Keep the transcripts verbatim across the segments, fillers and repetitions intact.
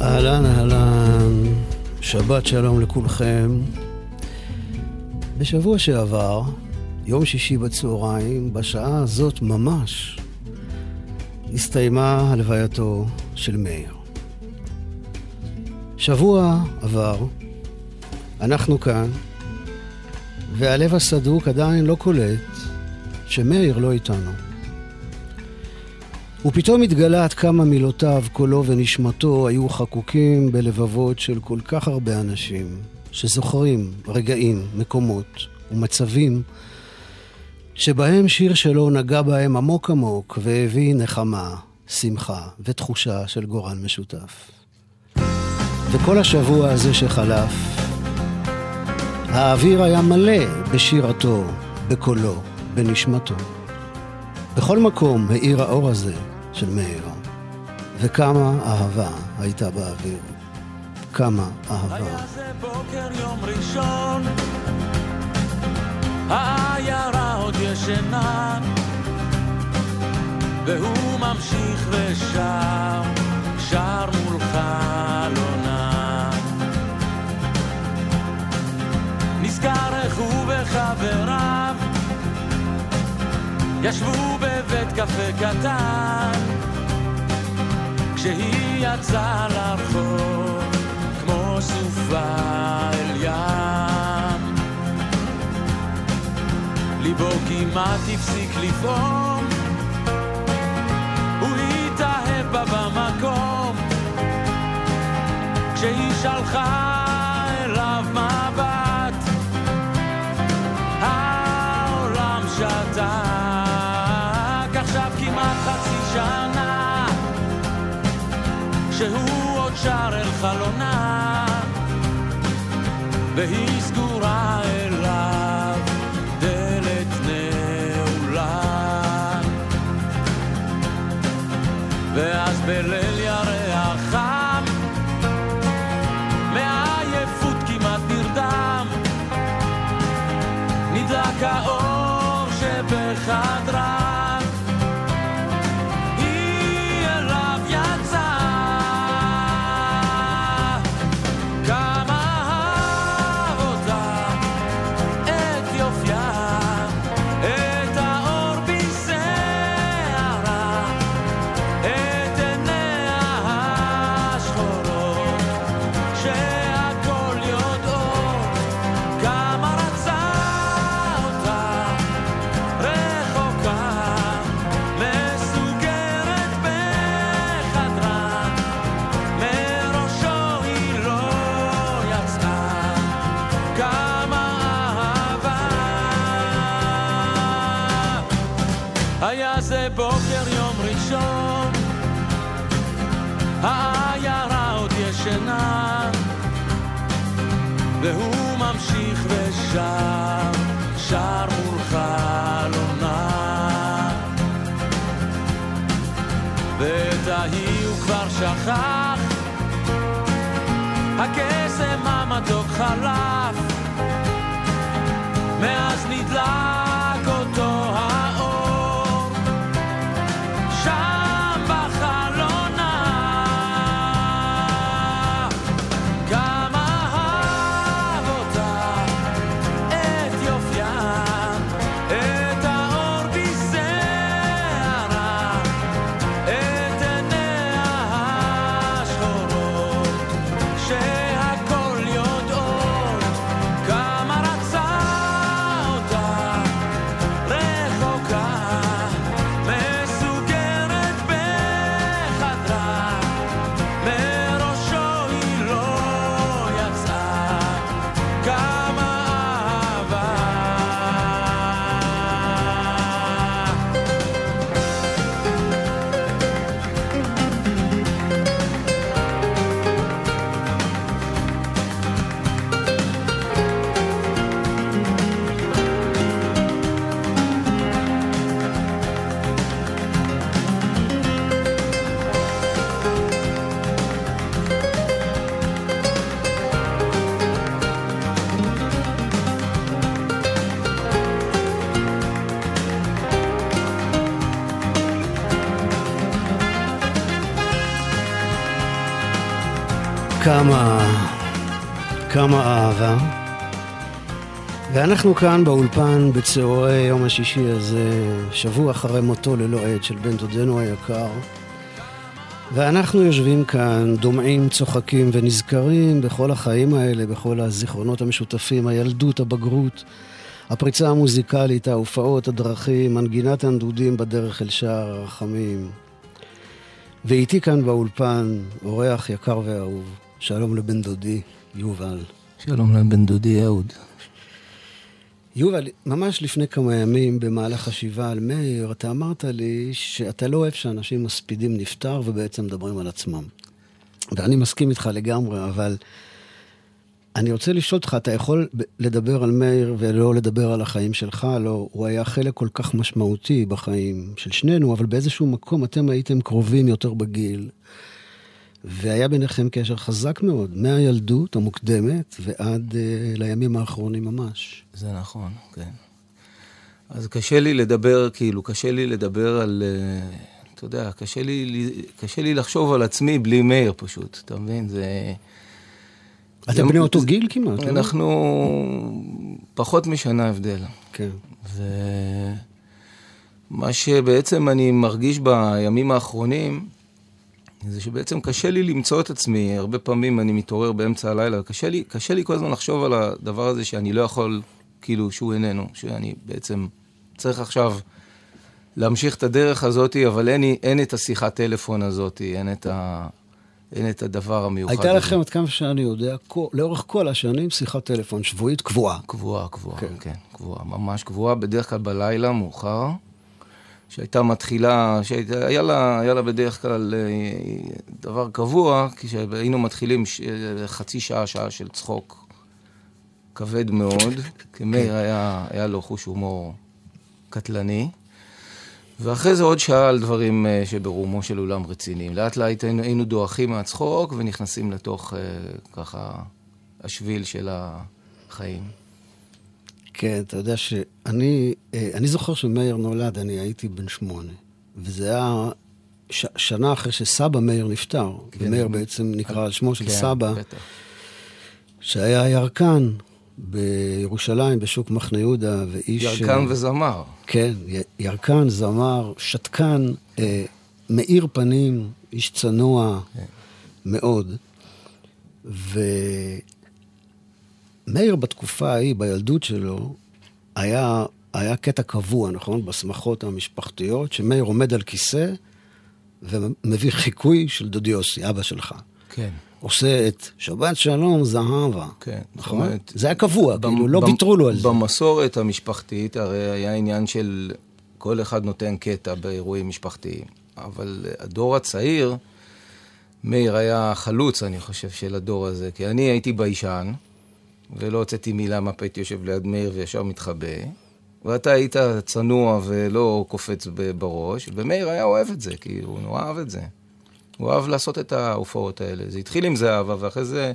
אהלן, אהלן, שבת שלום לכולכם. בשבוע שעבר, יום שישי בצהריים, בשעה הזאת ממש, הסתיימה הלווייתו של מאיר. שבוע עבר, אנחנו כאן, והלב הסדוק עדיין לא קולט שמאיר לא איתנו. ופתאום התגלה עד כמה מילותיו, קולו ונשמתו היו חקוקים בלבבות של כל כך הרבה אנשים שזוכרים רגעים, מקומות ומצבים שבהם שיר שלו נגע בהם עמוק עמוק והביא נחמה, שמחה ותחושה של גורל משותף. וכל השבוע הזה שחלף, האוויר היה מלא בשירתו, בקולו, בנשמתו. בכל מקום האיר האור הזה של מאיר, וכמה אהבה הייתה באוויר, כמה אהבה. היה זה בוקר יום ראשון, העיירה עוד ישנה, והוא ממשיך ושר, שר מול חלונה. נזכר איך הוא וחבריו ישבו בבית קפה קטן, כשהיא יצאה לרחוב כמו סופה אל ים. ליבו כמעט הפסיק לפעום, הוא התאהב בה במקום, כשהיא שלחה אליו מבט, העולם שתק. עכשיו כמעט חצי שנה שהוא עוד שר אל חלונה, והיא סגורה אליו דלת נעולה. ואז בליל ירח חם, מעייפות כמעט נרדם, נדלק האור שבחדרה, בוקר יום ראשון, העיירה עוד ישנה, והוא ממשיך ושר, שר מול חלונה. ואת ההיא הוא כבר שכח, הקסם המתוק חלף, מאז נדלק אותו האור שם בחלונה. כמה אהב אותה, את יופיה, את האור בשערה, את עיניה השחורות שהכל יודעות, כמה רצה אותה כמה, כמה אהבה. ואנחנו כאן באולפן בצהרי יום השישי הזה, שבוע אחרי מותו ללא עת של בן דודנו היקר. ואנחנו יושבים כאן, דומעים, צוחקים ונזכרים בכל החיים האלה, בכל הזיכרונות המשותפים, הילדות, הבגרות, הפריצה המוזיקלית, ההופעות, הדרכים, מנגינת הנדודים בדרך אל שער הרחמים. ואיתי כאן באולפן, אורח יקר ואהוב. שלום לבן דודי, יובל. שלום לבן דודי, אהוד. יובל, ממש לפני כמה ימים במהלך חשיבה על מאיר, אתה אמרת לי שאתה לא אוהב שאנשים מספידים נפטר ובעצם מדברים על עצמם. ואני מסכים איתך לגמרי, אבל אני רוצה לשאול אותך, אתה יכול לדבר על מאיר ולא לדבר על החיים שלך? לא, הוא היה חלק כל כך משמעותי בחיים של שנינו, אבל באיזשהו מקום אתם הייתם קרובים יותר בגיל, והיה ביניכם קשר חזק מאוד, מהילדות המוקדמת ועד uh, לימים האחרונים ממש. זה נכון, כן. אז קשה לי לדבר, כאילו, קשה לי לדבר על, uh, אתה יודע, קשה לי, קשה לי לחשוב על עצמי בלי מאיר פשוט, אתה מבין? זה... אתם בני אותו גיל כמעט, לא? אנחנו פחות משנה הבדל. כן. ומה שבעצם אני מרגיש בימים האחרונים, זה שבעצם קשה לי למצוא את עצמי, הרבה פעמים אני מתעורר באמצע הלילה, קשה לי, קשה לי כל הזמן לחשוב על הדבר הזה שאני לא יכול, כאילו, שהוא איננו, שאני בעצם צריך עכשיו להמשיך את הדרך הזאת, אבל אין, אין את השיחת טלפון הזאת, אין את, ה, אין את הדבר המיוחד. הייתה לכם, עד כמה שאני יודע, כל, לאורך כל השנים שיחת טלפון שבועית קבועה. קבועה, קבועה, כן, כן קבועה, ממש קבועה, בדרך כלל בלילה, מאוחר. שהייתה מתחילה, שהיה לה, היה לה בדרך כלל דבר קבוע, כשהיינו מתחילים חצי שעה, שעה של צחוק כבד מאוד, כי מאיר היה, היה לו חוש הומור קטלני, ואחרי זה עוד שעה על דברים שברומו של אולם רציניים. לאט לאט היינו, היינו דואחים מהצחוק ונכנסים לתוך ככה השביל של החיים. כן, אתה יודע שאני, אני זוכר שמאיר נולד, אני הייתי בן שמונה, וזה היה ש, שנה אחרי שסבא מאיר נפטר, כן. ומאיר בעצם נקרא על שמו של כן, סבא, בטח. שהיה ירקן בירושלים, בשוק מחנה יהודה, ואיש... ירקן וזמר. כן, ירקן, זמר, שתקן, אה, מאיר פנים, איש צנוע כן. מאוד, ו... מאיר בתקופה ההיא, בילדות שלו, היה, היה קטע קבוע, נכון? בשמחות המשפחתיות, שמאיר עומד על כיסא, ומביא חיקוי של דודי יוסי, אבא שלך. כן. עושה את שבת שלום זהבה. כן. נכון? אומרת, זה היה קבוע, במ, כאילו, לא ויתרו לו על זה. במסורת המשפחתית, הרי היה עניין של כל אחד נותן קטע באירועים משפחתיים. אבל הדור הצעיר, מאיר היה חלוץ, אני חושב, של הדור הזה, כי אני הייתי ביישן, ולא הוצאתי מילה מה פייתי יושב ליד מאיר וישר מתחבא, ואתה היית צנוע ולא קופץ בראש, ומאיר היה אוהב את זה, כי הוא נורא אהב את זה. הוא אהב לעשות את ההופעות האלה. זה התחיל עם זהבה, ואחרי זה,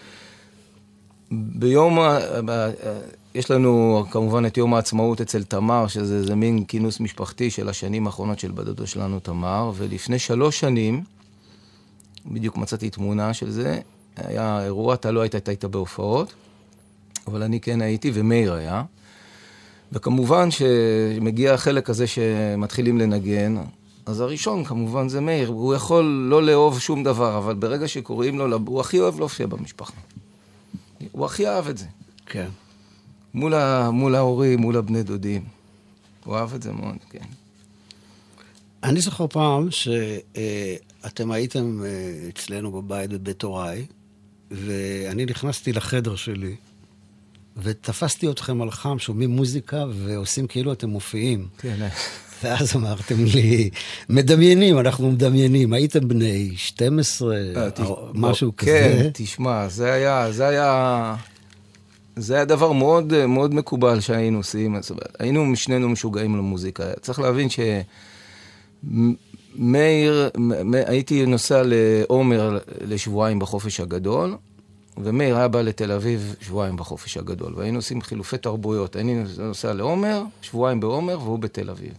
ביום, יש לנו כמובן את יום העצמאות אצל תמר, שזה זה מין כינוס משפחתי של השנים האחרונות של בדודו שלנו תמר, ולפני שלוש שנים, בדיוק מצאתי תמונה של זה, היה אירוע, אתה לא היית, היית בהופעות, אבל אני כן הייתי, ומאיר היה. וכמובן שמגיע החלק הזה שמתחילים לנגן, אז הראשון כמובן זה מאיר. הוא יכול לא לאהוב שום דבר, אבל ברגע שקוראים לו, הוא הכי אוהב להופיע במשפחה. הוא הכי אהב את זה. כן. מול, ה, מול ההורים, מול הבני דודים. הוא אהב את זה מאוד, כן. אני זוכר פעם שאתם הייתם אצלנו בבית בבית הוריי, ואני נכנסתי לחדר שלי, ותפסתי אתכם על חם, שומעים מוזיקה, ועושים כאילו אתם מופיעים. כן. ואז אמרתם לי, מדמיינים, אנחנו מדמיינים. הייתם בני שתים עשרה, משהו כזה. כן, תשמע, זה היה, זה היה, זה היה דבר מאוד, מאוד מקובל שהיינו עושים. היינו שנינו משוגעים למוזיקה. צריך להבין ש... מאיר, הייתי נוסע לעומר לשבועיים בחופש הגדול, ומאיר היה בא לתל אביב שבועיים בחופש הגדול, והיינו עושים חילופי תרבויות. אני נוסע לעומר, שבועיים בעומר, והוא בתל אביב.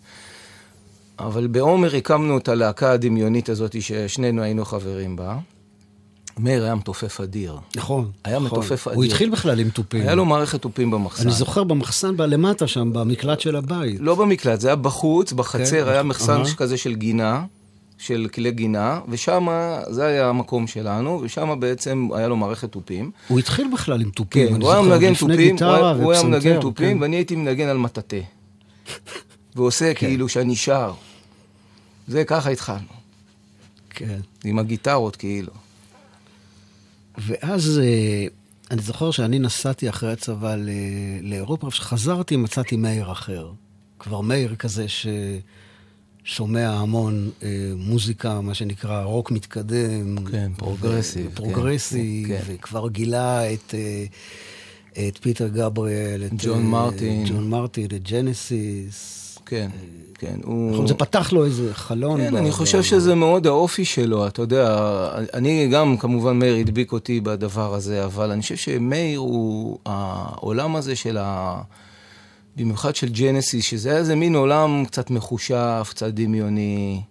אבל בעומר הקמנו את הלהקה הדמיונית הזאת ששנינו היינו חברים בה, מאיר היה מתופף אדיר. נכון. היה נכון. מתופף אדיר. הוא התחיל בכלל עם תופים. היה לו מערכת תופים במחסן. אני זוכר במחסן למטה שם, במקלט של הבית. לא במקלט, זה היה בחוץ, בחצר, כן. היה מחסן uh-huh. כזה של גינה, של כלי גינה, ושם זה היה המקום שלנו, ושם בעצם היה לו מערכת תופים. הוא התחיל בכלל עם תופים. כן, אני הוא היה זוכר, מנגן לפני תופים, גיטרה הוא היה ופסנתר, מנגן תופים, כן. ואני הייתי מנגן על מטאטה. ועושה כאילו שאני שר. זה ככה התחלנו. כן. עם הגיטרות כאילו. ואז אני זוכר שאני נסעתי אחרי הצבא לאירופה, ושחזרתי מצאתי מאיר אחר. כבר מאיר כזה ששומע המון מוזיקה, מה שנקרא רוק מתקדם. כן, פרוגרסיב. פרוגרסיב, כן. וכבר גילה את, את פיטר גבריאל, את ג'ון מרטין. ג'ון מרטין, את ג'נסיס. כן, כן. הוא... זה פתח לו איזה חלון. כן, אני חושב שזה מאוד האופי שלו, אתה יודע, אני גם, כמובן, מאיר הדביק אותי בדבר הזה, אבל אני חושב שמאיר הוא העולם הזה של ה... במיוחד של ג'נסיס, שזה היה איזה מין עולם קצת מחושף, קצת דמיוני,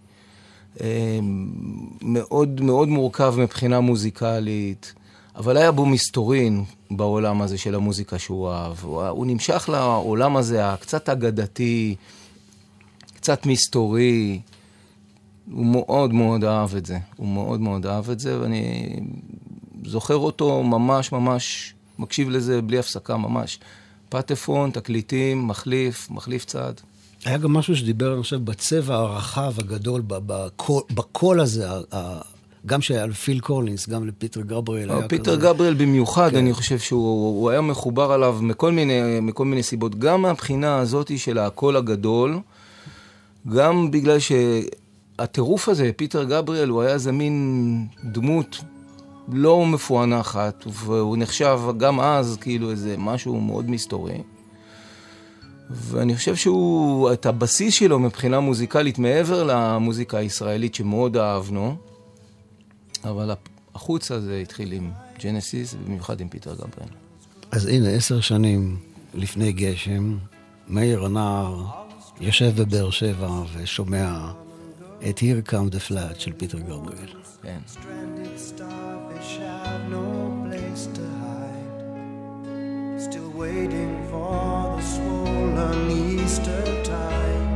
מאוד מאוד מורכב מבחינה מוזיקלית, אבל היה בו מסתורין בעולם הזה של המוזיקה שהוא אהב. הוא, הוא נמשך לעולם הזה הקצת אגדתי, קצת מסתורי. הוא מאוד מאוד אהב את זה. הוא מאוד מאוד אהב את זה, ואני זוכר אותו ממש ממש, מקשיב לזה בלי הפסקה ממש. פטפון, תקליטים, מחליף, מחליף צד. היה גם משהו שדיבר, אני חושב, בצבע הרחב הגדול, בקול, בקול הזה, גם שעל פיל קולינס, גם לפיטר גבריאל היה כזה. פיטר גבריאל במיוחד, אני חושב שהוא היה מחובר עליו מכל מיני, מכל מיני סיבות, גם מהבחינה הזאת של הקול הגדול, גם בגלל שהטירוף הזה, פיטר גבריאל, הוא היה איזה מין דמות לא מפוענחת, והוא נחשב גם אז כאילו איזה משהו מאוד מסתורי. ואני חושב שהוא, את הבסיס שלו מבחינה מוזיקלית, מעבר למוזיקה הישראלית שמאוד אהבנו, אבל החוץ הזה התחיל עם ג'נסיס, ובמיוחד עם פיטר גבריאל. אז הנה, עשר שנים לפני גשם, מאיר הנער יושב בבאר שבע ושומע את Here Come the Flood של פיטר גבריאל. כן. Still waiting for the swollen Easter tide.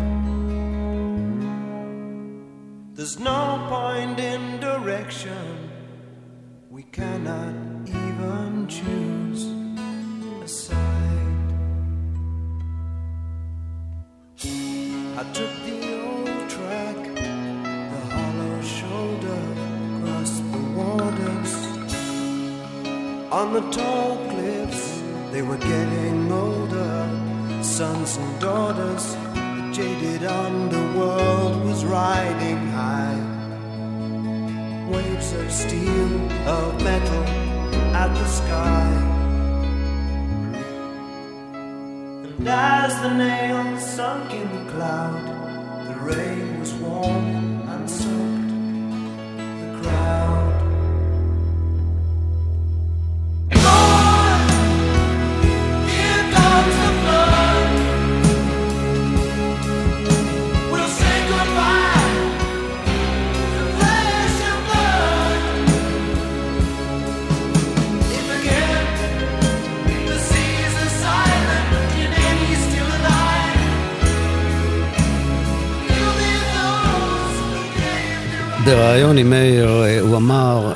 There's no point in direction. We cannot even choose a side. I took the old track, the hollow shoulder across the waters. On the tall cliffs they were getting older, sons and daughters. The jaded underworld was riding high. Waves of steel, of metal at the sky. And as the nails sunk in the cloud, the rain was warm and soaked the crowd. ברעיון עם מאיר, הוא אמר,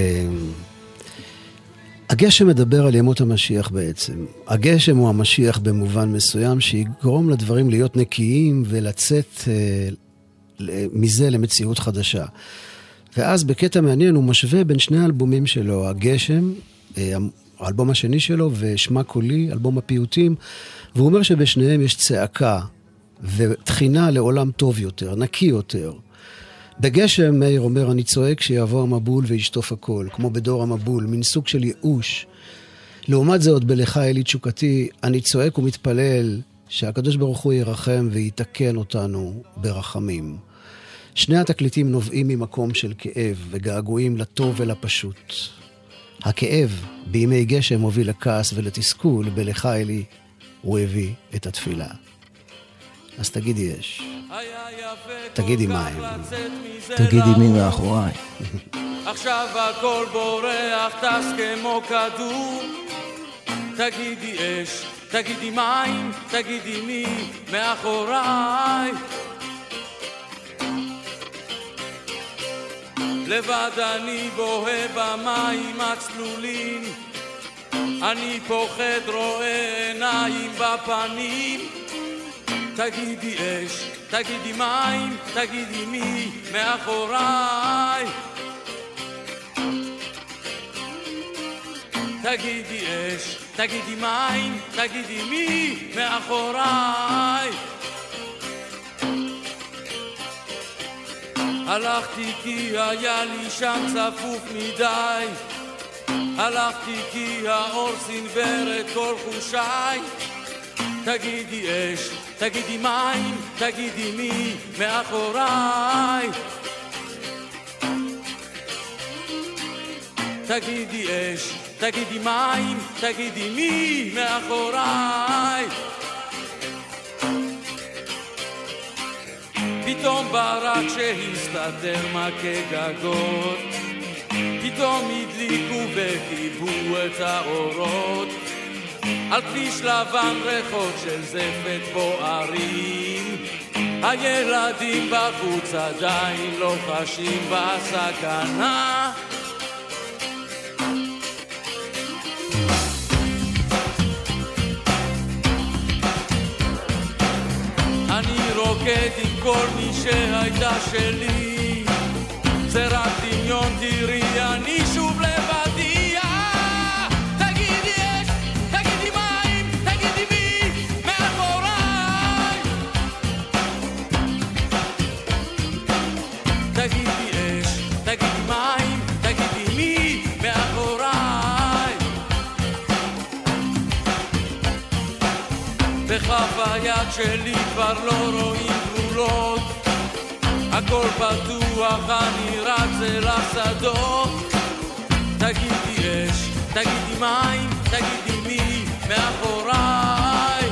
הגשם מדבר על ימות המשיח בעצם. הגשם הוא המשיח במובן מסוים שיגרום לדברים להיות נקיים ולצאת מזה למציאות חדשה. ואז בקטע מעניין הוא משווה בין שני האלבומים שלו, הגשם, האלבום השני שלו, ושמה קולי, אלבום הפיוטים, והוא אומר שבשניהם יש צעקה ותחינה לעולם טוב יותר, נקי יותר. בגשם מאיר אומר, אני צועק שיעבור המבול וישטוף הכל, כמו בדור המבול, מין סוג של ייאוש. לעומת זאת, בלך אלי תשוקתי, אני צועק ומתפלל שהקדוש ברוך הוא ירחם ויתקן אותנו ברחמים. שני התקליטים נובעים ממקום של כאב וגעגועים לטוב ולפשוט. הכאב בימי גשם הוביל לכעס ולתסכול, בלך אלי הוא הביא את התפילה. אז תגידי יש. תגידי מה הם. תגידי מי מאחוריי. עכשיו הכל בורח, טס כמו כדור. תגידי אש, תגידי מים, תגידי מי מאחוריי. לבד אני בוהה במים הצלולים, אני פוחד רואה עיניים בפנים. תגידי אש, תגידי מים, תגידי מי מאחוריי. תגידי אש, תגידי מים, תגידי מי מאחוריי. הלכתי כי היה לי שם צפוף מדי, הלכתי כי האור סנבר את כל חושיי. תגידי אש, תגידי מים, תגידי מי מאחוריי. תגידי אש, תגידי מים, תגידי מי מאחוריי. פתאום ברק שהסתדר מכה גגות, פתאום הדליקו וחיבו את האורות, על כביש לבן ריחות של זפת בוערים. הילדים בחוץ עדיין לא חשים בסכנה. אני רוקד עם כל מי שהייתה שלי, זה רק דמיון, תראי אני שוב לבדי. תגידי אש, תגידי מים, תגידי מי מאחוריי. תגידי אש, תגידי מים, תגידי מי מאחוריי. בכף היד שלי כבר לא רואים גבולות, הכל פתוח, אני רץ אל השדות. תגידי אש, תגידי מים, תגידי מי מאחוריי.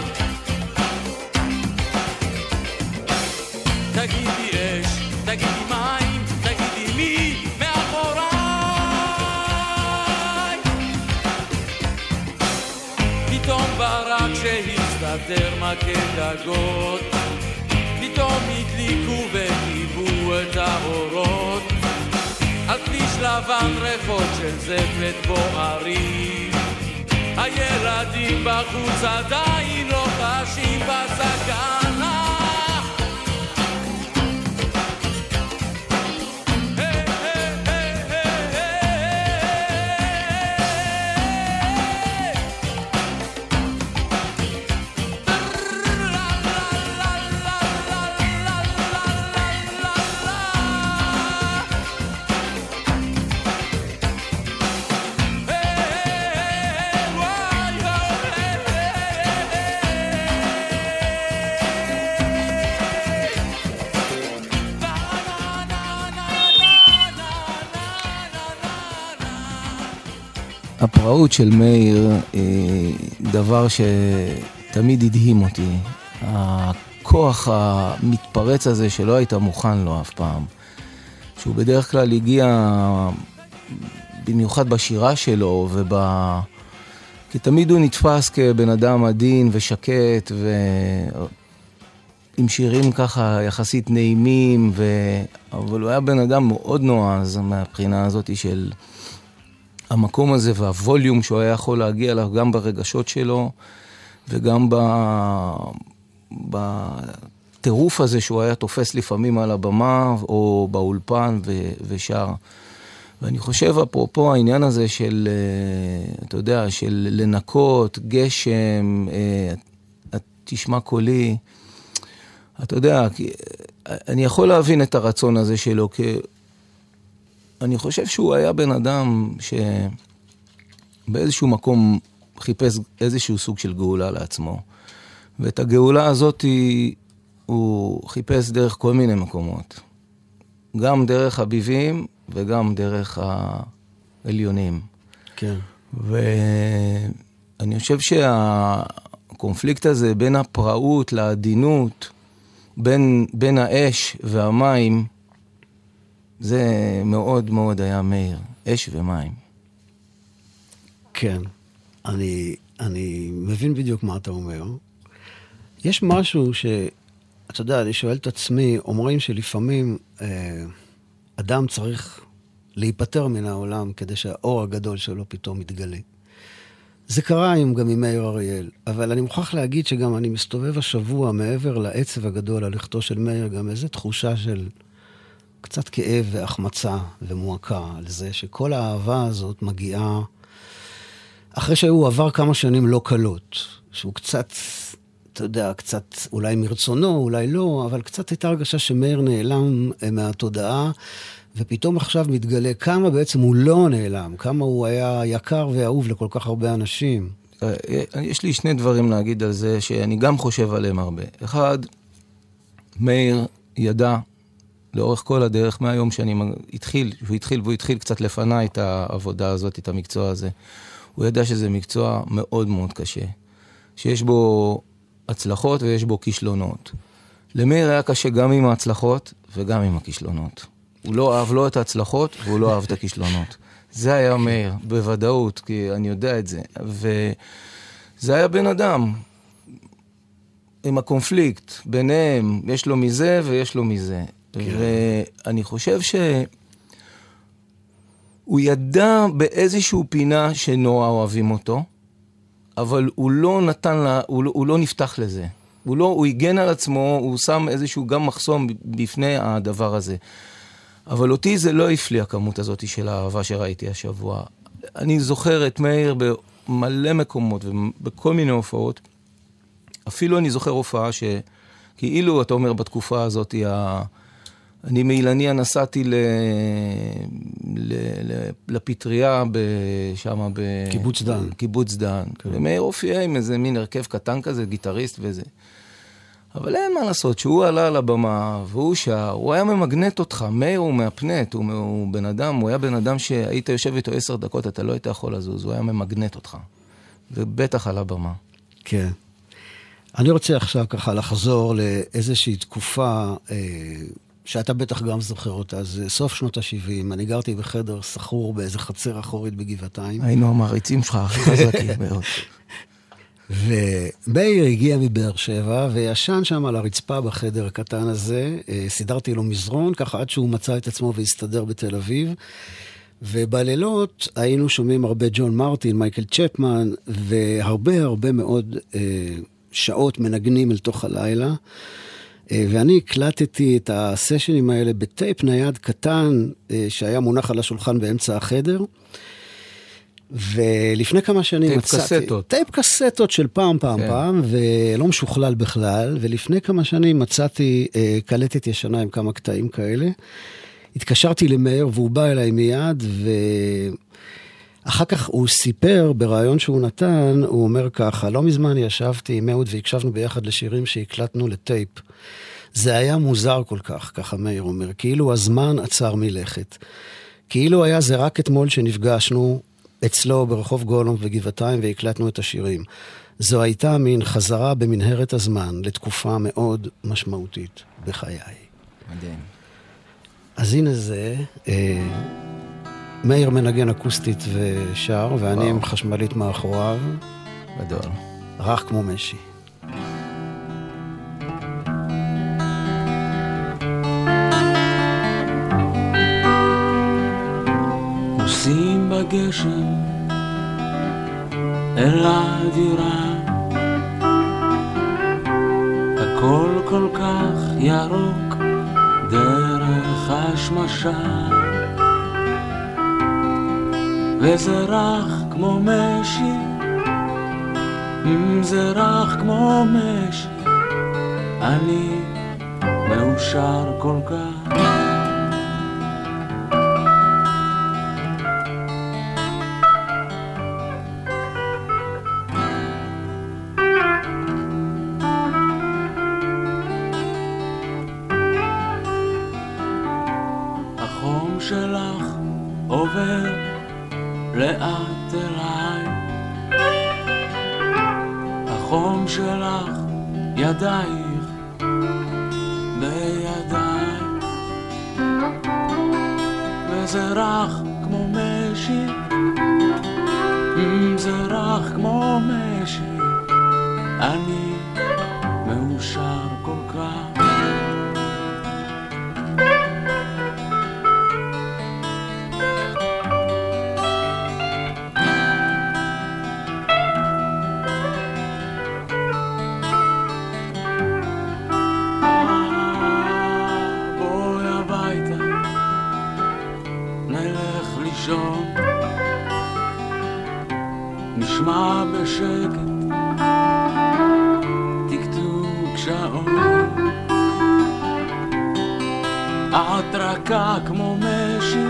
תגידי אש, תגידי מים, תגידי מי מאחוריי. פתאום ברק שהסתדר מכה גגות, פתאום הדליקו וחיבו את האורות, על כביש לבן ריחות של זפת בוערים. הילדים בחוץ עדיין לא חשים בסכנה. הפראות של מאיר היא דבר שתמיד הדהים אותי. הכוח המתפרץ הזה שלא היית מוכן לו אף פעם. שהוא בדרך כלל הגיע במיוחד בשירה שלו, וב... כי תמיד הוא נתפס כבן אדם עדין ושקט, ועם שירים ככה יחסית נעימים, ו... אבל הוא היה בן אדם מאוד נועז מהבחינה הזאת של המקום הזה והווליום שהוא היה יכול להגיע אליו גם ברגשות שלו, וגם ב... בטירוף הזה שהוא היה תופס לפעמים על הבמה או באולפן ו... ושר. ואני חושב, אפרופו העניין הזה של, אתה יודע, של לנקות, גשם, תשמע קולי, אתה יודע, אני יכול להבין את הרצון הזה שלו, כי אני חושב שהוא היה בן אדם שבאיזשהו מקום חיפש איזשהו סוג של גאולה לעצמו. ואת הגאולה הזאת הוא חיפש דרך כל מיני מקומות. גם דרך הביבים וגם דרך העליונים. כן. ואני חושב שהקונפליקט הזה בין הפראות לעדינות, בין, בין האש והמים, זה מאוד מאוד היה מאיר, אש ומים. כן, אני, אני מבין בדיוק מה אתה אומר. יש משהו ש... אתה יודע, אני שואל את עצמי, אומרים שלפעמים אה, אדם צריך להיפטר מן העולם כדי שהאור הגדול שלו פתאום מתגלה. זה קרה עם, גם עם מאיר אריאל, אבל אני מוכרח להגיד שגם אני מסתובב השבוע מעבר לעצב הגדול על לכתו של מאיר, גם איזו תחושה של קצת כאב והחמצה ומועקה על זה שכל האהבה הזאת מגיעה אחרי שהוא עבר כמה שנים לא קלות, שהוא קצת, אתה יודע, קצת אולי מרצונו, אולי לא, אבל קצת הייתה הרגשה שמאיר נעלם מהתודעה, ופתאום עכשיו מתגלה כמה בעצם הוא לא נעלם, כמה הוא היה יקר ואהוב לכל כך הרבה אנשים. יש לי שני דברים להגיד על זה, שאני גם חושב עליהם הרבה. אחד, מאיר ידע לאורך כל הדרך, מהיום שאני התחיל, הוא התחיל והוא התחיל קצת לפני את העבודה הזאת, את המקצוע הזה. הוא ידע שזה מקצוע מאוד מאוד קשה, שיש בו הצלחות ויש בו כישלונות. למאיר היה קשה גם עם ההצלחות וגם עם הכישלונות. הוא לא אהב לא את ההצלחות והוא לא אהב את הכישלונות. זה היה מאיר, בוודאות, כי אני יודע את זה. וזה היה בן אדם, עם הקונפליקט ביניהם, יש לו מזה ויש לו מזה. ואני חושב ש... הוא ידע באיזשהו פינה שנורא אוהבים אותו, אבל הוא לא נתן לה, הוא לא, הוא לא נפתח לזה. הוא לא, הוא הגן על עצמו, הוא שם איזשהו גם מחסום בפני הדבר הזה. אבל אותי זה לא הפליע הכמות הזאת של האהבה שראיתי השבוע. אני זוכר את מאיר במלא מקומות ובכל מיני הופעות. אפילו אני זוכר הופעה שכאילו, אתה אומר, בתקופה הזאת, ה... אני מאילניה נסעתי ל... ל... ל... לפטריה שם ב... קיבוץ דן. קיבוץ דן. כן. ומאיר הופיע עם איזה מין הרכב קטן כזה, גיטריסט וזה. אבל אין מה לעשות, שהוא עלה על הבמה והוא שר, הוא היה ממגנט אותך, מאיר הוא מהפנט, הוא, הוא בן אדם, הוא היה בן אדם שהיית יושב איתו עשר דקות, אתה לא היית יכול לזוז, הוא היה ממגנט אותך. ובטח על הבמה. כן. אני רוצה עכשיו ככה לחזור לאיזושהי תקופה... אה... שאתה בטח גם זוכר אותה, זה סוף שנות ה-שבעים, אני גרתי בחדר סחור באיזה חצר אחורית בגבעתיים. היינו המעריצים שלך הכי חזקים מאוד. ומאיר הגיע מבאר שבע, וישן שם על הרצפה בחדר הקטן הזה, סידרתי לו מזרון, ככה עד שהוא מצא את עצמו והסתדר בתל אביב, ובלילות היינו שומעים הרבה ג'ון מרטין, מייקל צ'פמן, והרבה הרבה מאוד שעות מנגנים אל תוך הלילה, ואני הקלטתי את הסשנים האלה בטייפ נייד קטן שהיה מונח על השולחן באמצע החדר, ולפני כמה שנים טייפ מצאתי... קסטות. טייפ קסטות של פעם פעם כן. פעם, ולא משוכלל בכלל, ולפני כמה שנים מצאתי אה, קלטת ישנה עם כמה קטעים כאלה, התקשרתי למאיר והוא בא אליי מיד, ואחר כך הוא סיפר ברעיון שהוא נתן, הוא אומר ככה, לא מזמן ישבתי עם אהוד והקשבנו ביחד לשירים שהקלטנו לטייפ. זה היה מוזר כל כך, ככה מאיר אומר, כאילו הזמן עצר מלכת. כאילו היה זה רק אתמול שנפגשנו אצלו ברחוב גולום וגבעתיים והקלטנו את השירים. זו הייתה מין חזרה במנהרת הזמן לתקופה מאוד משמעותית בחיי. מדהים. אז הנה זה, אה, מאיר מנגן אקוסטית ושר, ואני וואו. עם חשמלית מאחוריו. גדול. רך כמו משי. נוסעים בגשם אל הדירה, הכל כל כך ירוק דרך השמשה, וזה רך כמו משי, זה רך כמו משי, אני מאושר כל כך. החום שלך עובר לאט אליי, החום שלך ידייך בידיי, וזה רך כמו משי, זה רך כמו משי, אני מאושר כל כך. בואי הביתה, נלך לישון, נשמע בשקט תקתוק שעון. את רכה כמו משי,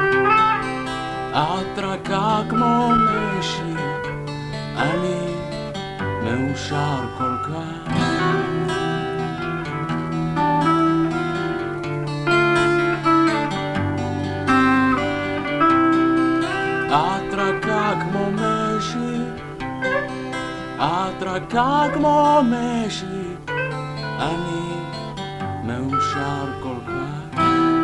את רכה כמו משי, אני מאושר כל כך. את רכה כמו משי, את רכה כמו משי, אני מאושר כל כך.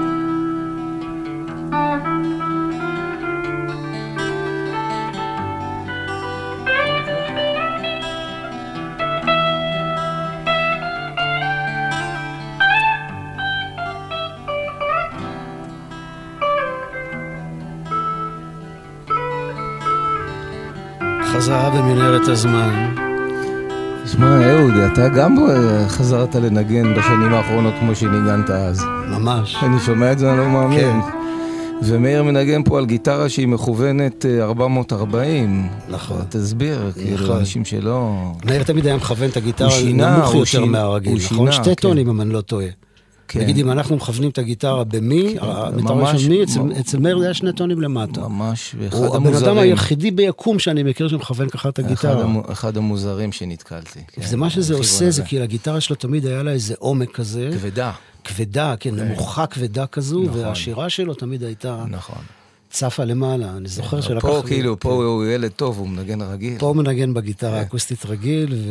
חזרה במנהרת הזמן. תשמע, אהוד, אתה גם חזרת לנגן בשנים האחרונות כמו שניגנת אז. ממש. אני שומע את זה, אני לא מאמין. כן. ומאיר מנגן פה על גיטרה שהיא מכוונת ארבע מאות וארבעים. נכון. תסביר, כאילו, אנשים שלא... מאיר תמיד היה מכוון את הגיטרה הוא שינה, נמוך הוא יותר שינה, מהרגיל, הוא נכון? שינה, שתי כן. טונים אם אני לא טועה. כן. נגיד אם אנחנו מכוונים את הגיטרה במי, המטרה של מי, אצל מאיר זה היה שני טונים למטה. ממש, ואחד הוא הבן המוזרים. אדם היחידי ביקום שאני מכיר שמכוון ככה את הגיטרה. אחד, אחד המוזרים שנתקלתי. כן. זה מה שזה עושה, הזה. זה כי לגיטרה שלו תמיד היה לה איזה עומק כזה. כבדה. כבדה, כן, נמוכה כבדה כזו, נכון. והשירה שלו תמיד הייתה נכון. צפה למעלה. אני זוכר שלקח... פה כאילו, פה הוא ילד טוב, הוא מנגן רגיל. פה הוא מנגן בגיטרה אקוסטית רגיל, ו...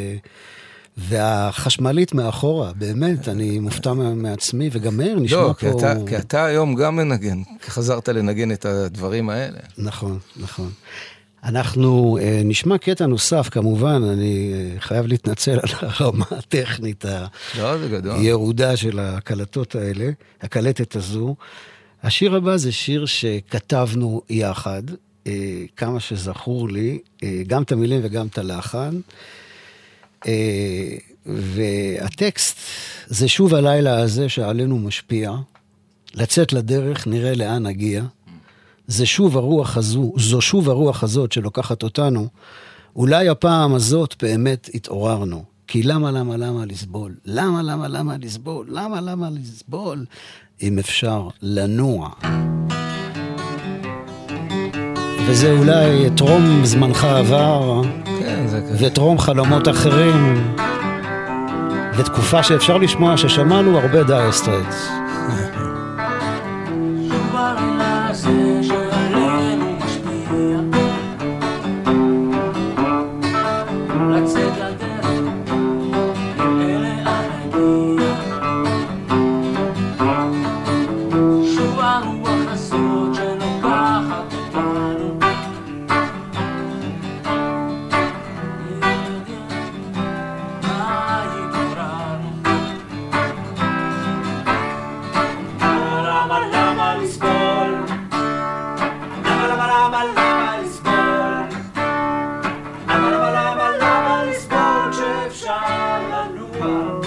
והחשמלית מאחורה, באמת, אני מופתע מעצמי, וגם מאיר נשמע לא, פה... כי אתה, כי אתה היום גם מנגן, כי חזרת לנגן את הדברים האלה. נכון, נכון. אנחנו uh, נשמע קטע נוסף, כמובן, אני uh, חייב להתנצל על הרמה הטכנית לא, זה גדול. הירודה של הקלטות האלה, הקלטת הזו. השיר הבא זה שיר שכתבנו יחד, uh, כמה שזכור לי, uh, גם את המילים וגם את הלחן. Uh, והטקסט זה שוב הלילה הזה שעלינו משפיע, לצאת לדרך, נראה לאן נגיע. זה שוב הרוח הזו, זו שוב הרוח הזאת שלוקחת אותנו. אולי הפעם הזאת באמת התעוררנו. כי למה, למה, למה לסבול? למה, למה, למה לסבול? למה, למה לסבול? אם אפשר לנוע. וזה אולי תרום זמנך עבר, כן, זה כזה. ותרום חלומות אחרים, ותקופה שאפשר לשמוע ששמענו הרבה דייר סטרייטס. שוב הלילה הזה שעלינו משפיע, לצאת לדרך, נראה לאן נגיע. שוב הרוח הזאת שלוקחת אותנו, מי יודע מה התעוררנו. למה למה לסבול? למה למה למה למה לסבול? למה למה למה למה לסבול כשאפשר לנוע?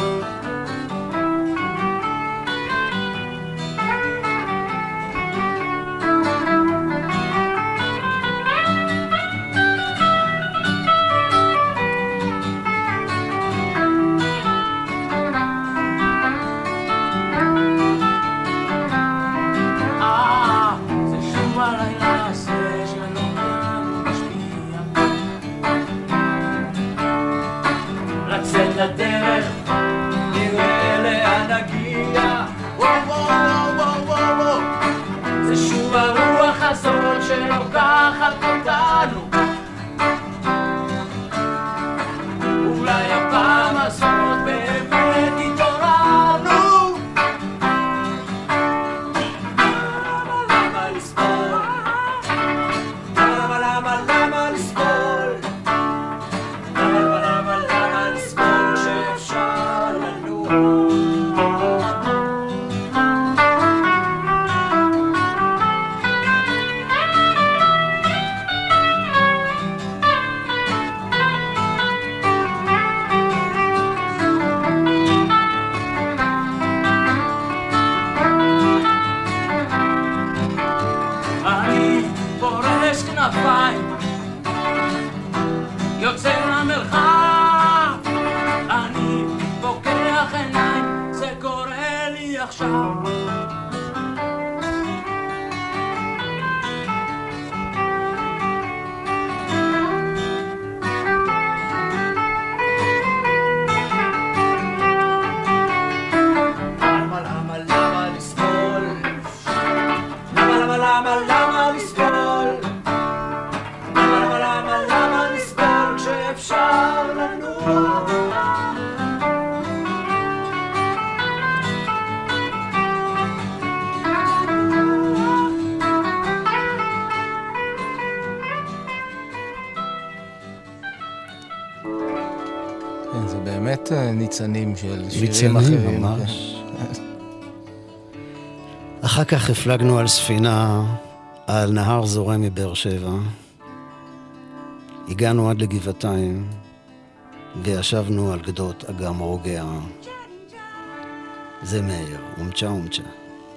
אה, זה שוב הלילה הזה שלא כנפיים, יוצא למרחב, אני פוקח עיניים, זה קורה לי עכשיו. למה, למה לסבול? למה, למה, למה לסבול כשאפשר לנוע? כן, זה באמת ניצנים של שירים ניצנים, אחרים. ממש. אחר כך הפלגנו על ספינה, על נהר זורם מבאר שבע. הגענו עד לגבעתיים, וישבנו על גדות אגם רוגע. זה מאיר, אומצ'ה אומצ'ה.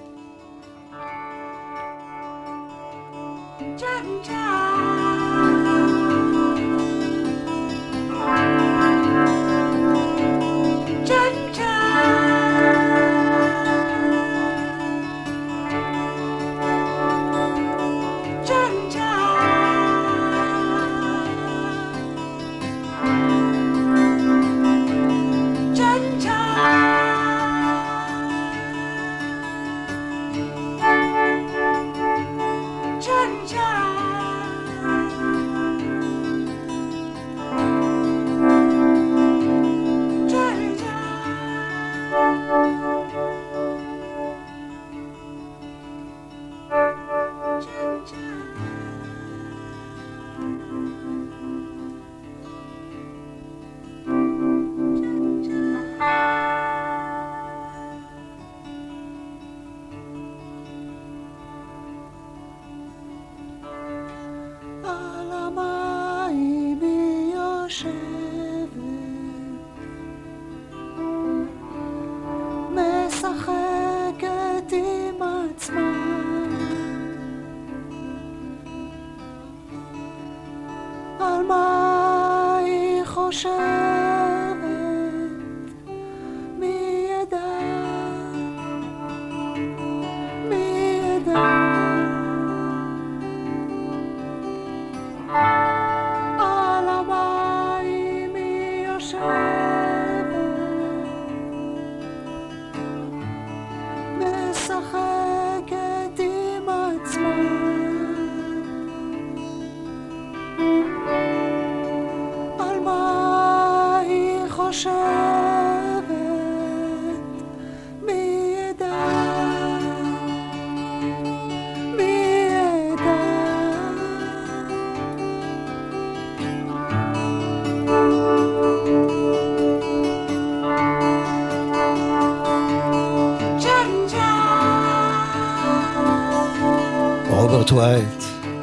רוברט ווייט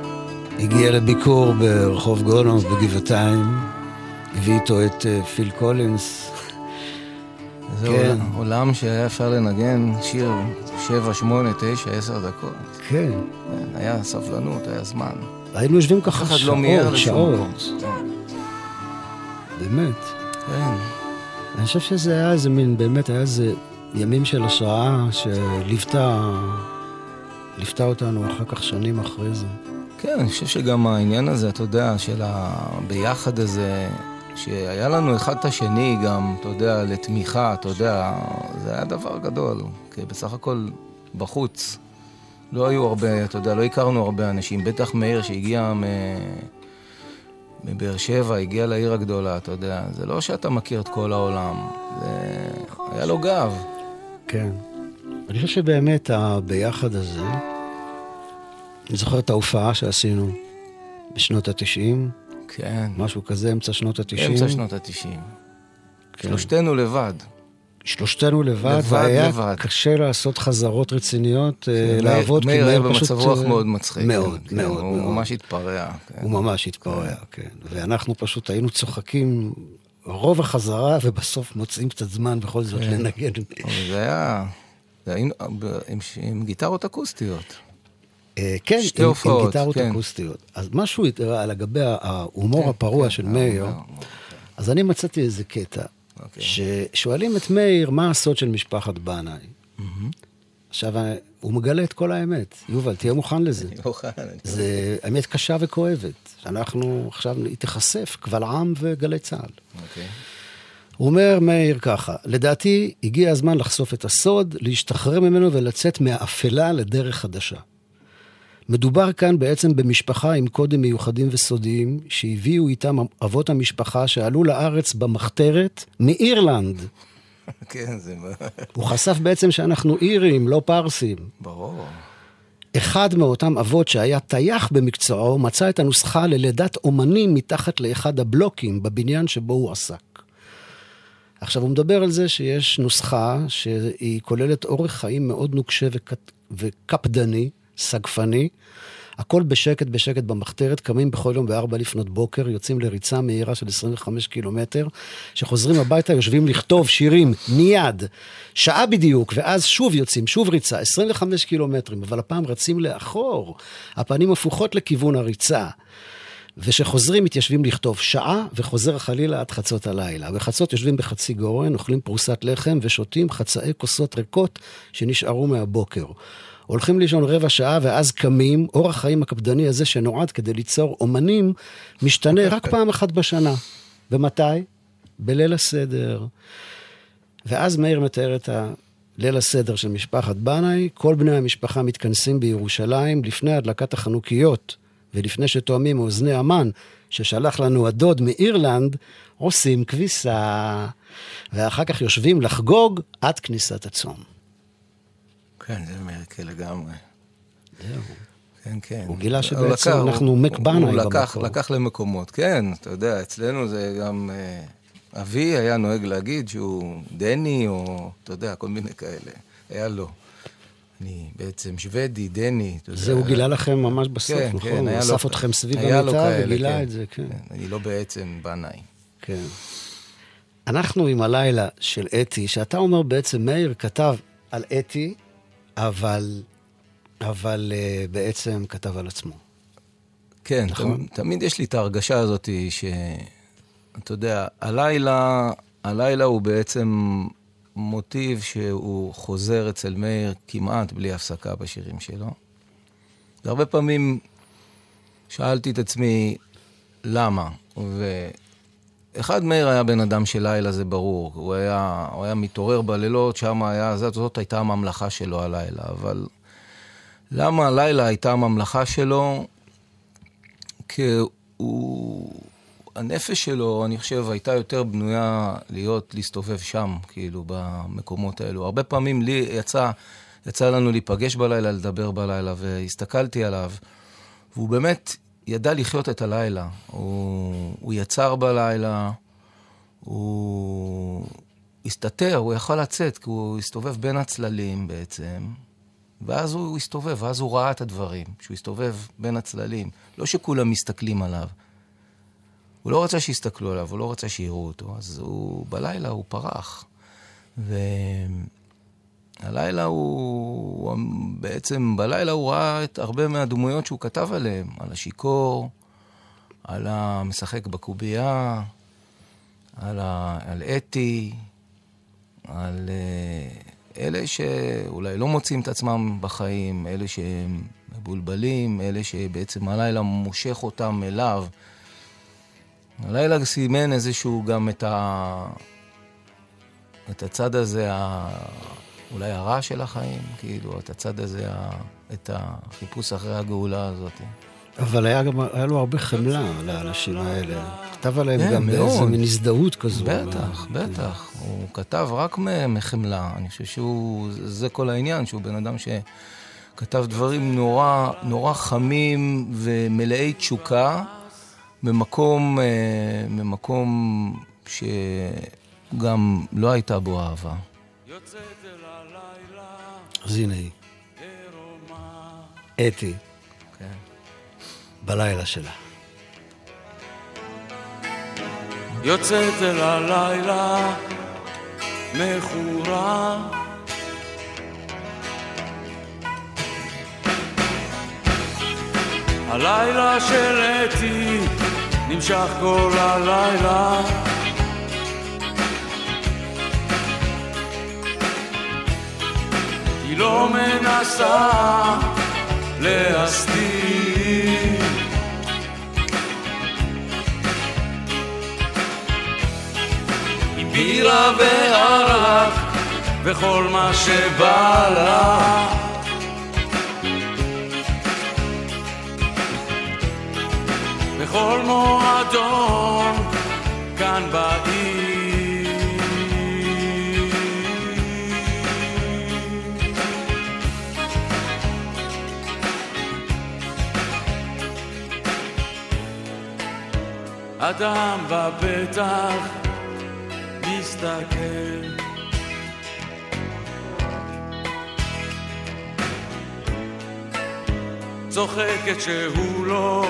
הגיע לביקור ברחוב גולדהאוז בגבעתיים, הביא איתו את פיל קולינס. זה כן. עולם שהיה אפשר לנגן שיר שבע, שמונה, תשע, עשר דקות. כן. היה סבלנות, היה זמן. היינו יושבים ככה שעות, לא מייר שעות. באמת. כן. אני חושב שזה היה איזה מין, באמת היה איזה ימים של השראה שליוותה ליוותה אותנו אחר כך שנים אחרי זה. כן, אני חושב שגם העניין הזה, אתה יודע, של הביחד הזה, שהיה לנו אחד את השני גם, אתה יודע, לתמיכה, אתה יודע, זה היה דבר גדול. כי בסך הכל בחוץ לא היו הרבה, אתה יודע, לא הכרנו הרבה אנשים. בטח מאיר שהגיע מ... מבאר שבע, הגיע לעיר הגדולה, אתה יודע. זה לא שאתה מכיר את כל העולם. זה... היה לו גב. כן. אני חושב שבאמת הביחד הזה, אני זוכר את ההופעה שעשינו בשנות התשעים. כן. משהו כזה, אמצע שנות התשעים. אמצע שנות התשעים. כן. שלושתנו לבד. שלושתנו לבד, לבד והיה לבד. קשה לעשות חזרות רציניות, כן, לעבוד. מאיר היה במצב רוח מאוד מצחיק. מאוד, כן, מאוד, הוא מאוד. ממש התפרע. כן. הוא ממש התפרע, כן. כן. ואנחנו פשוט היינו צוחקים רוב החזרה, ובסוף מוצאים קצת זמן בכל זאת כן. לנגן. זה היה... זה היה עם, עם, עם גיטרות אקוסטיות. כן, שתי עם, הופעות, עם גיטרות כן. אקוסטיות. אז משהו על לגבי ההומור כן, הפרוע כן, של אה, מאיר, אה, אז אני מצאתי איזה קטע, אוקיי. ששואלים את מאיר מה הסוד של משפחת בנאי. עכשיו, הוא מגלה את כל האמת. יובל, תהיה מוכן לזה. אני מוכן, אני זה אמת קשה וכואבת, שאנחנו עכשיו תיחשף, קבל עם וגלי צהל. אוקיי. הוא אומר, מאיר ככה, לדעתי הגיע הזמן לחשוף את הסוד, להשתחרר ממנו ולצאת מהאפלה לדרך חדשה. מדובר כאן בעצם במשפחה עם קודים מיוחדים וסודיים, שהביאו איתם אבות המשפחה שעלו לארץ במחתרת מאירלנד. כן, זה... הוא חשף בעצם שאנחנו אירים, לא פרסים. ברור. אחד מאותם אבות שהיה טייח במקצועו, מצא את הנוסחה ללידת אומנים מתחת לאחד הבלוקים בבניין שבו הוא עסק. עכשיו, הוא מדבר על זה שיש נוסחה שהיא כוללת אורך חיים מאוד נוקשה וקט... וקפדני, סגפני. הכל בשקט בשקט במחתרת, קמים בכל יום בארבע לפנות בוקר, יוצאים לריצה מהירה של עשרים וחמישה קילומטר, שחוזרים הביתה, יושבים לכתוב שירים מיד, שעה בדיוק, ואז שוב יוצאים, שוב ריצה, עשרים וחמישה קילומטרים, אבל הפעם רצים לאחור, הפנים הפוכות לכיוון הריצה. ושחוזרים מתיישבים לכתוב שעה, וחוזר חלילה עד חצות הלילה. בחצות יושבים בחצי גורן, אוכלים פרוסת לחם, ושותים חצאי כוסות ריקות שנשארו מהבוקר. הולכים לישון רבע שעה, ואז קמים. אורח חיים הקפדני הזה שנועד כדי ליצור אומנים, משתנה רק פעם אחת בשנה. ומתי? בליל הסדר. ואז מאיר מתאר את ליל הסדר של משפחת בנאי. כל בני המשפחה מתכנסים בירושלים, לפני הדלקת החנוכיות, ולפני שתואמים מאוזני המן, ששלח לנו הדוד מאירלנד, עושים כביסה, ואחר כך יושבים לחגוג עד כניסת הצום. כן, זה אמריקה לגמרי. זהו. כן, כן. הוא גילה הוא שבעצם לקח, אנחנו הוא- מק בנאי הוא לקח, במקור. לקח למקומות, כן, אתה יודע, אצלנו זה גם... אה, אבי היה נוהג להגיד שהוא דני, או אתה יודע, כל מיני כאלה. היה לו. אני בעצם שוודי, דני. אתה יודע. זה הוא גילה לכם ממש בסוף, כן, נכון? כן, הוא היה לו- אסף אתכם סביב היה לו המיטה כאלה, וגילה כן. את זה, כן. כן, אני לא בעצם בנאי. כן. אנחנו עם הלילה של אתי, שאתה אומר בעצם, מאיר כתב על אתי, אבל, אבל uh, בעצם כתב על עצמו. כן, נכון. תמיד, תמיד יש לי את ההרגשה הזאת שאתה יודע, הלילה, הלילה הוא בעצם מוטיב שהוא חוזר אצל מאיר כמעט בלי הפסקה בשירים שלו. והרבה פעמים שאלתי את עצמי למה, ואחד מאיר היה בן אדם של לילה, זה ברור, הוא היה, הוא היה מתעורר בלילות, שם היה, זאת, זאת הייתה הממלכה שלו הלילה, אבל למה הלילה הייתה הממלכה שלו? כי הוא, הנפש שלו, אני חושב, הייתה יותר בנויה להיות, להסתובב שם, כאילו, במקומות האלו. הרבה פעמים לי יצא, יצא לנו להיפגש בלילה, לדבר בלילה, והסתכלתי עליו, והוא באמת ידע לחיות את הלילה. הוא, הוא יצר בלילה, הוא הסתתר, הוא יכל לצאת, כי הוא הסתובב בין הצללים בעצם, ואז הוא הסתובב, ואז הוא ראה את הדברים, שהוא הסתובב בין הצללים. לא שכולם מסתכלים עליו. הוא לא רצה שיסתכלו עליו, הוא לא רצה שיראו אותו, אז הוא, בלילה הוא פרח. והלילה הוא, בעצם בלילה הוא ראה את הרבה מהדמויות שהוא כתב עליהם, על השיקור, על המשחק בקובייה, על, ה, על אתי, על... אלה שאולי לא מוצאים את עצמם בחיים, אלה שהם מבולבלים, אלה שבעצם הלילה מושך אותם אליו. הלילה סימן איזשהו גם את, ה... את הצד הזה, ה... אולי הרע של החיים, כאילו, את הצד הזה, ה... את החיפוש אחרי הגאולה הזאת. אבל היה, גם, היה לו הרבה חמלה לאנשים האלה. כתב עליהם כן, גם מאוד. באיזו מין הזדהות כזו. בטח, בטח. הוא כתב רק מחמלה. אני חושב שהוא, זה כל העניין, שהוא בן אדם שכתב דברים נורא, נורא חמים ומלאי תשוקה, במקום, במקום שגם לא הייתה בו אהבה. אז הנה היא. אתי. כן. בלילה שלה. יוצאת אל הלילה מחורה הלילה של אתי נמשך כל הלילה, היא לא מנסה להסתיר, היא בירה וערק וכל מה שבא לה, בכל מועדון כאן בעיר, אדם בפתח מסתכל, צוחקת שהוא לא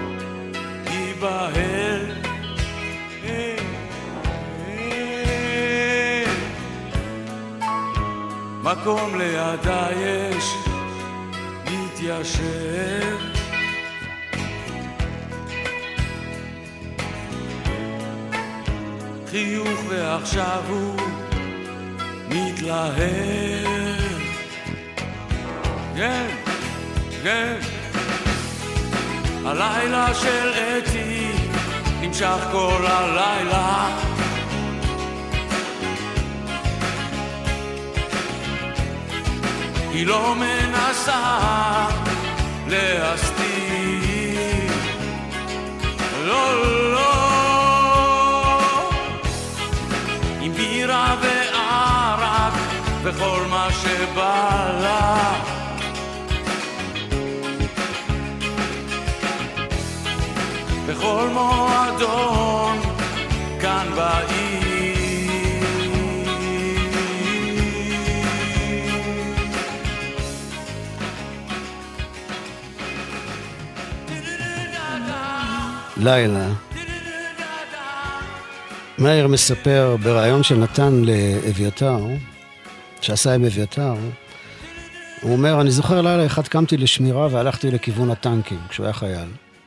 ייבהל, מקום לידה יש מתיישב, חיוך ועכשיו הוא מתלהב, כן, כן, הלילה של אתי נמשך כל הלילה, היא לא מנסה להסתיר, לא, לא, עם בירה וערק וכל מה שבא לה, בכל מועדון כאן בעיר, לילה. מאיר מספר ברעיון שנתן לאביתר, שעשה עם אביתר, הוא אומר, אני זוכר לילה אחד קמתי לשמירה והלכתי לכיוון הטנקים כשהוא היה חייל.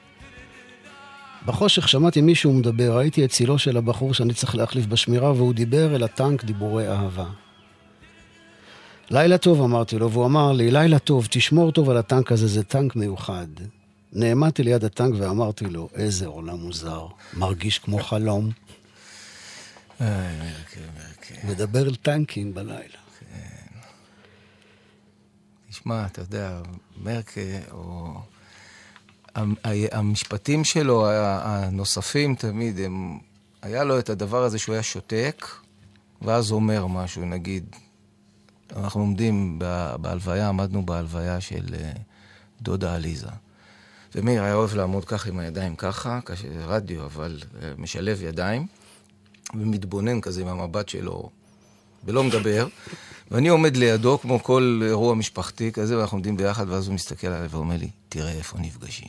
בחושך שמעתי מישהו מדבר, ראיתי את צילו של הבחור שאני צריך להחליף בשמירה, והוא דיבר אל הטנק דיבורי אהבה. לילה טוב אמרתי לו, והוא אמר לי, לילה טוב, תשמור טוב על הטנק הזה, זה טנק מיוחד. נעמדתי ליד הטנק ואמרתי לו, איזה עולם מוזר, מרגיש כמו חלום. מדבר על טנקים בלילה. תשמע, אתה יודע, מרק, או... המשפטים שלו, הנוספים תמיד, הם... היה לו את הדבר הזה שהוא היה שותק, ואז אומר משהו, נגיד, אנחנו עומדים בהלוויה, עמדנו בהלוויה של דודה עליזה. ומאיר היה אוהב לעמוד ככה עם הידיים ככה, רדיו, אבל משלב ידיים, ומתבונן כזה עם המבט שלו, ולא מדבר, ואני עומד לידו כמו כל אירוע משפחתי כזה, ואנחנו עומדים ביחד, ואז הוא מסתכל עליי ואומר לי, תראה איפה נפגשים.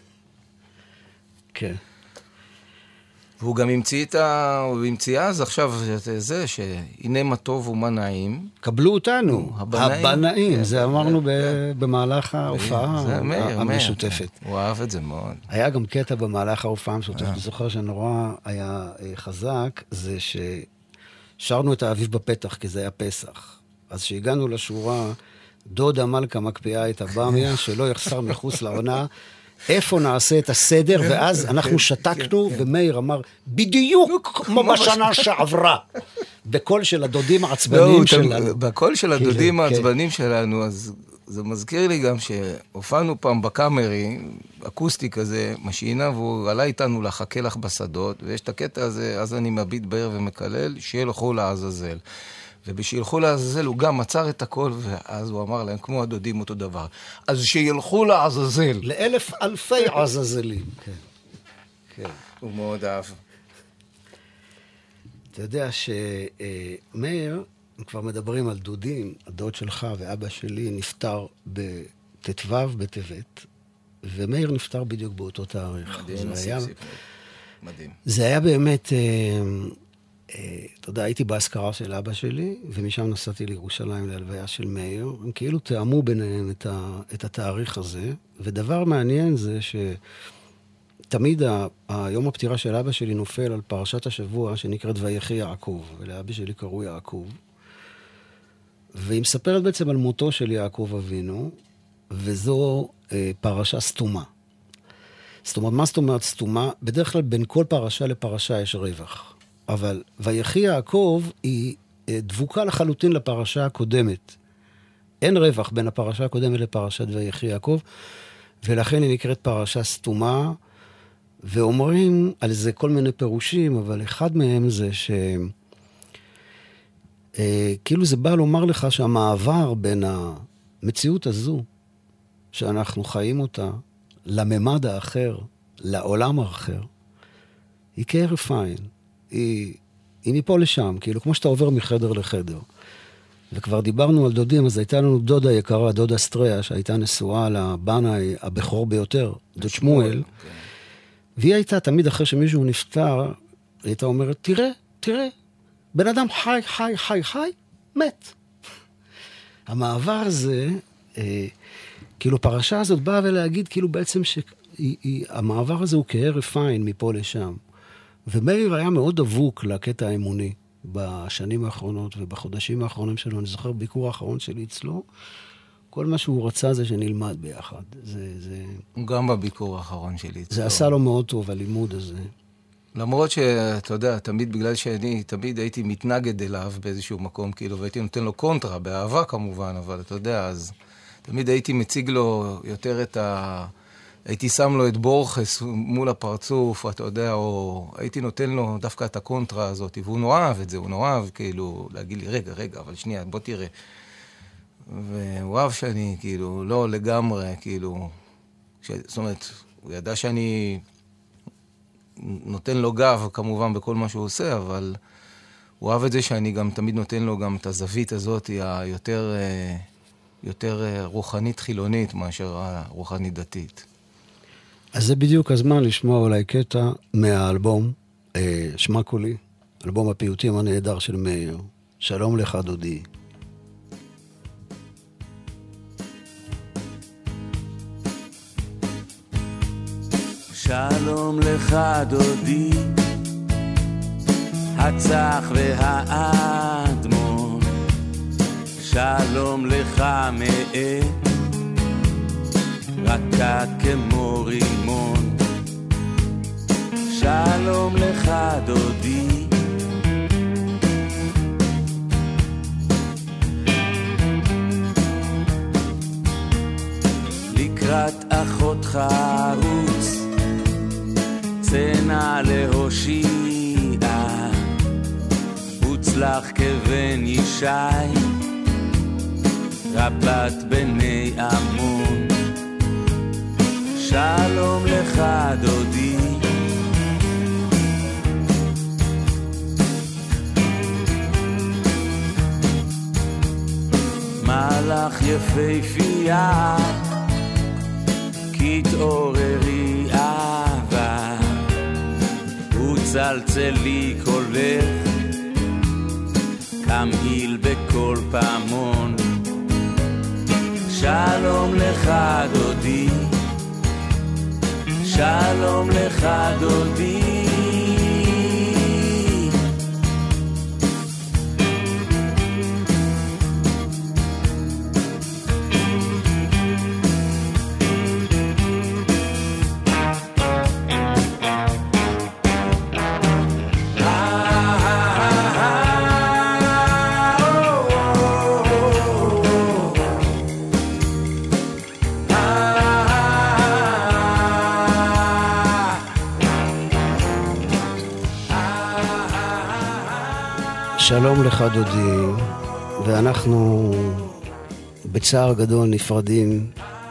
כן. והוא גם המציא את ה... הוא המציא אז עכשיו זה, שהנה מה טוב ומה נעים. קבלו אותנו, הבנאים. הבנאים, זה אמרנו במהלך ההופעה המשותפת. הוא אהב את זה מאוד. היה גם קטע במהלך ההופעה המשותפת, אני זוכר שנורא היה חזק, זה ששרנו את האביב בפתח, כי זה היה פסח. אז שהגענו לשורה, דודה מלכה מקפיאה את הבמיה, שלא יחסר מחוץ לעונה, איפה נעשה את הסדר, ואז אנחנו שתקנו, ומאיר אמר, בדיוק כמו בשנה שעברה, בקול של הדודים העצבנים שלנו. בקול של הדודים העצבנים שלנו, אז זה מזכיר לי גם שהופענו פעם בקאמרי, אקוסטי כזה, משינה, והוא עלה איתנו לחכה לך בשדות, ויש את הקטע הזה, אז אני מביט בער ומקלל, שילכו לעזאזל. ובשילכו לעזאזל הוא גם עצר את הכל, ואז הוא אמר להם, כמו הדודים אותו דבר, אז שילכו לעזאזל. לאלף אלפי עזאזלים. כן. כן. הוא מאוד אהב. אתה יודע שמאיר, כבר מדברים על דודים, הדוד שלך ואבא שלי נפטר בתתוו בטבת, ומאיר נפטר בדיוק באותו תאריך. מדהים, זה היה, מדהים. זה היה באמת... אתה יודע, הייתי בהזכרה של אבא שלי, ומשם נסעתי לירושלים להלוויה של מאיר. הם כאילו תאמו ביניהם את, ה, את התאריך הזה, ודבר מעניין זה שתמיד ה, היום הפטירה של אבא שלי נופל על פרשת השבוע שנקראת ויחי יעקב, ולאבא שלי קראו יעקב. והיא מספרת בעצם על מותו של יעקב אבינו, וזו אה, פרשה סתומה. זאת אומרת, מה זאת אומרת סתומה? בדרך כלל בין כל פרשה לפרשה יש רווח. אבל ויחי יעקב היא דבוקה לחלוטין לפרשה הקודמת. אין רווח בין הפרשה הקודמת לפרשת ויחי יעקב, ולכן היא נקראת פרשה סתומה, ואומרים על זה כל מיני פירושים, אבל אחד מהם זה ש... אה, כאילו זה בא לומר לך שהמעבר בין המציאות הזו, שאנחנו חיים אותה, לממד האחר, לעולם האחר, היא כהרף עין. היא, היא מפה לשם, כאילו כמו שאתה עובר מחדר לחדר. וכבר דיברנו על דודים, אז הייתה לנו דודה יקרה, דודה סטריה, שהייתה נשואה לבנאי הבכור ביותר, דוד שמואל. Okay. והיא הייתה תמיד אחרי שמישהו נפטר, היא הייתה אומרת, תראה, תראה, בן אדם חי, חי, חי, חי, מת. המעבר הזה, אה, כאילו פרשה הזאת באה ולהגיד, כאילו בעצם שהמעבר הזה הוא כהרף עין מפה לשם. ומאיר היה מאוד דבוק לקטע האמוני בשנים האחרונות ובחודשים האחרונים שלו. אני זוכר ביקור האחרון שלי אצלו, כל מה שהוא רצה זה שנלמד ביחד. זה, זה... גם בביקור האחרון שלי אצלו. זה עשה לו מאוד טוב, הלימוד הזה. למרות שאתה יודע, תמיד בגלל שאני תמיד הייתי מתנגד אליו באיזשהו מקום, כאילו, והייתי נותן לו קונטרה, באהבה כמובן, אבל אתה יודע, אז תמיד הייתי מציג לו יותר את ה... הייתי שם לו את בורכס מול הפרצוף, אתה יודע, או הייתי נותן לו דווקא את הקונטרה הזאת, והוא נורא אהב את זה, הוא נורא אהב כאילו להגיד לי, רגע, רגע, אבל שנייה, בוא תראה. והוא אהב שאני, כאילו, לא לגמרי, כאילו, ש... זאת אומרת, הוא ידע שאני נותן לו גב, כמובן, בכל מה שהוא עושה, אבל הוא אהב את זה שאני גם תמיד נותן לו גם את הזווית הזאת, היותר, יותר רוחנית חילונית מאשר הרוחנית דתית. אז זה בדיוק הזמן לשמוע אולי קטע מהאלבום, אה, שמה קולי, אלבום הפיוטים הנהדר של מאיר. שלום לך דודי. שלום לך דודי, הצח והאדמון, שלום לך מאיר, רכה כמו רימון. שלום לך דודי, לקראת אחותך רוץ, צנע להושיע, הוצלח כבן ישי, רבת בני עמון. שלום לך דודי, מלאך יפהפייה, כי תעוררי אהבה, וצלצלי קולך, כמהיל בכל פעמון. שלום לך דודי, שלום לך דודי, שלום לך דודי, ואנחנו בצער גדול נפרדים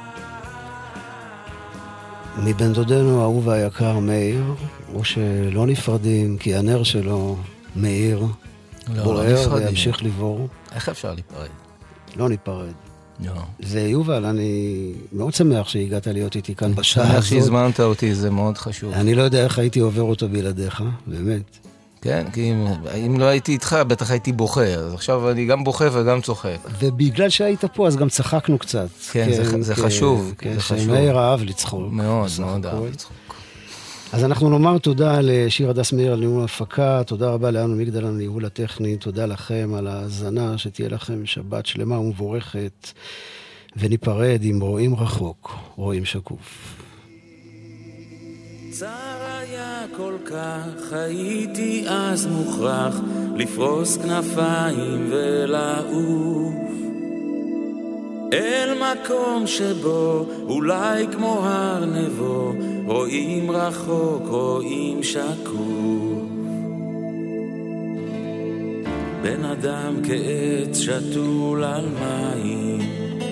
מבן דודנו האהוב והיקר מאיר, או שלא נפרדים כי הנר שלו מאיר, לא, בוער לא וימשיך לבור. איך אפשר להיפרד? לא ניפרד. לא. זה יובל, אני מאוד שמח שהגעת להיות איתי כאן בשעה הזאת. איך שהזמנת אותי, זה מאוד חשוב. אני לא יודע איך הייתי עובר אותו בלעדיך, באמת. כן, כי אם, אם לא הייתי איתך, בטח הייתי בוכה, אז עכשיו אני גם בוכה וגם צוחק. ובגלל שהיית פה, אז גם צחקנו קצת. כן, כן זה, זה חשוב. כן, זה חשוב. שמאיר אהב לצחוק. מאוד, מאוד אהב לצחוק. אז אנחנו נאמר תודה לשיר הדס מאיר על ניהול ההפקה, תודה רבה לאנו מגדל על ניהול הטכני, תודה לכם על ההאזנה, שתהיה לכם שבת שלמה ומבורכת, וניפרד עם רואים רחוק, רואים שקוף. צר היה כל כך, הייתי אז מוכרח לפרוס כנפיים ולעוף אל מקום שבו אולי כמו הר נבו רואים רחוק, רואים שקוף. בן אדם כעץ שתול על מים,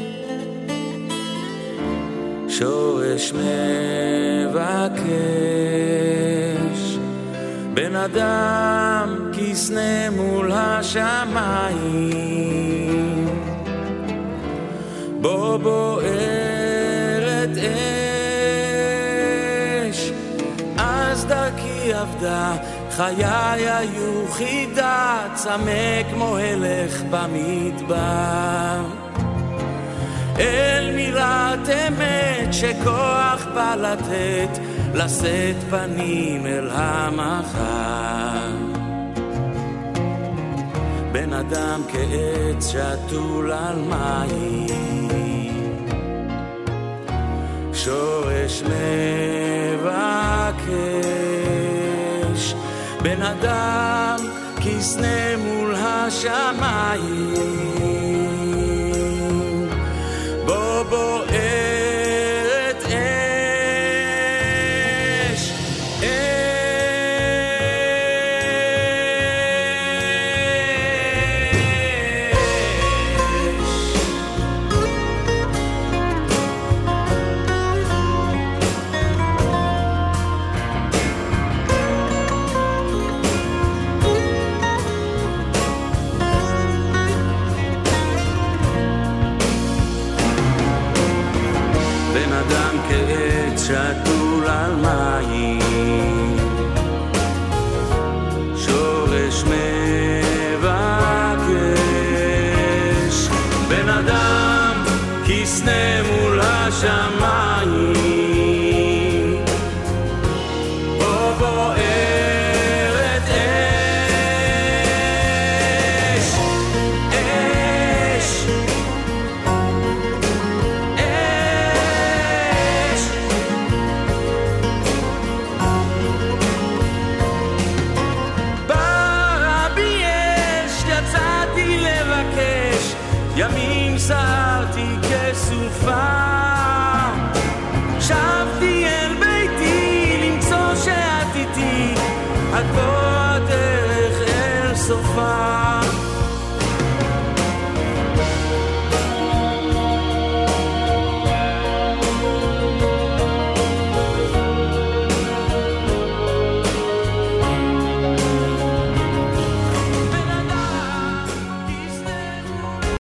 שורש מבקש. בן אדם כסנה מול השמיים, בו בוערת אש. אז דרכי עבדה, חיי היו חידה, צמא כמו הלך במדבר. אל מירת אמת שכוח בא לתת, לשאת פנים אל המחר. בן אדם כעץ שתול על מים, שורש מבקש. בן אדם כסנה מול השמיים, בו בוערת אש, אש. שתול על מים, שורש מבקש. בן אדם כסנה מול השמיים, בו בוערת אש, אש. ימים סערתי כסופה, שבתי אל ביתי למצוא שאת איתי, את בוא הדרך אל סופה.